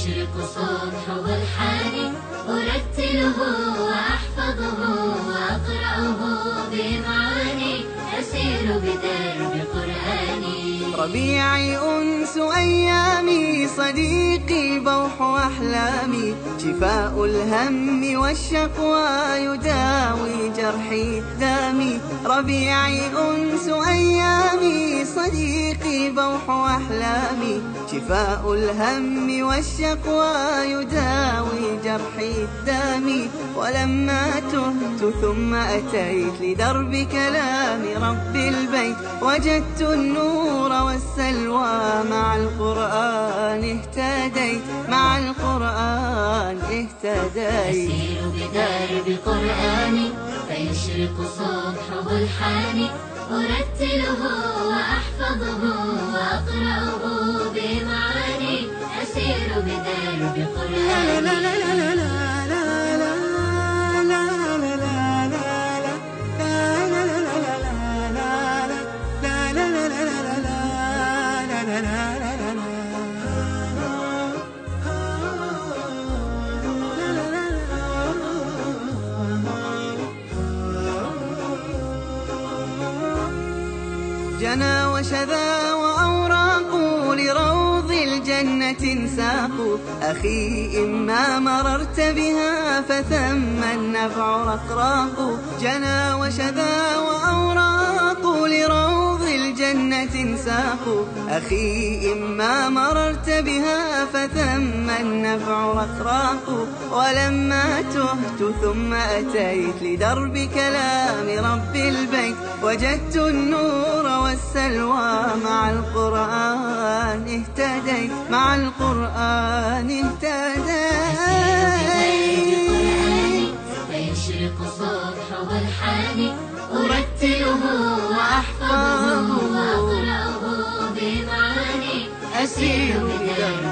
فيشرق صبحه الحاني أرتله وأحفظه وأقرأه بمعاني أسير بدرب قرآني. ربيعي أنس أيامي صديقي بوح أحلامي شفاء الهم والشقوى يداوي جرحي دامي. ربيعي أنس أيامي صديقي بوح أحلامي شفاء الهم والشقوى يداوي جرحي دامي. ولما تهت ثم أتيت لدرب كلام رب البيت وجدت النور والسلوى مع القرآن اهتديت مع القرآن اهتديت. أسير بدرب قرآني فيشرق صبحه الحاني أرتله وأحفظه وأقرأه بمعاني أسير بدرب قرآني. جنى وشذا وأوراق لروض الجنة ساق. أخي إما مررت بها فثم النفع رقراق. جنى وشذا وأوراق لروض الجنة ساق. أخي إما مررت بها فثم النفع رقراق. ولما تهت ثم أتيت لدرب كلام رب البيت وجدت النور والسلوى مع القرآن اهتديت مع القرآن اهتديت. فيشرق صبحه الحاني أرتله وأحفظه وأقرأه بمعاني أسير بدرب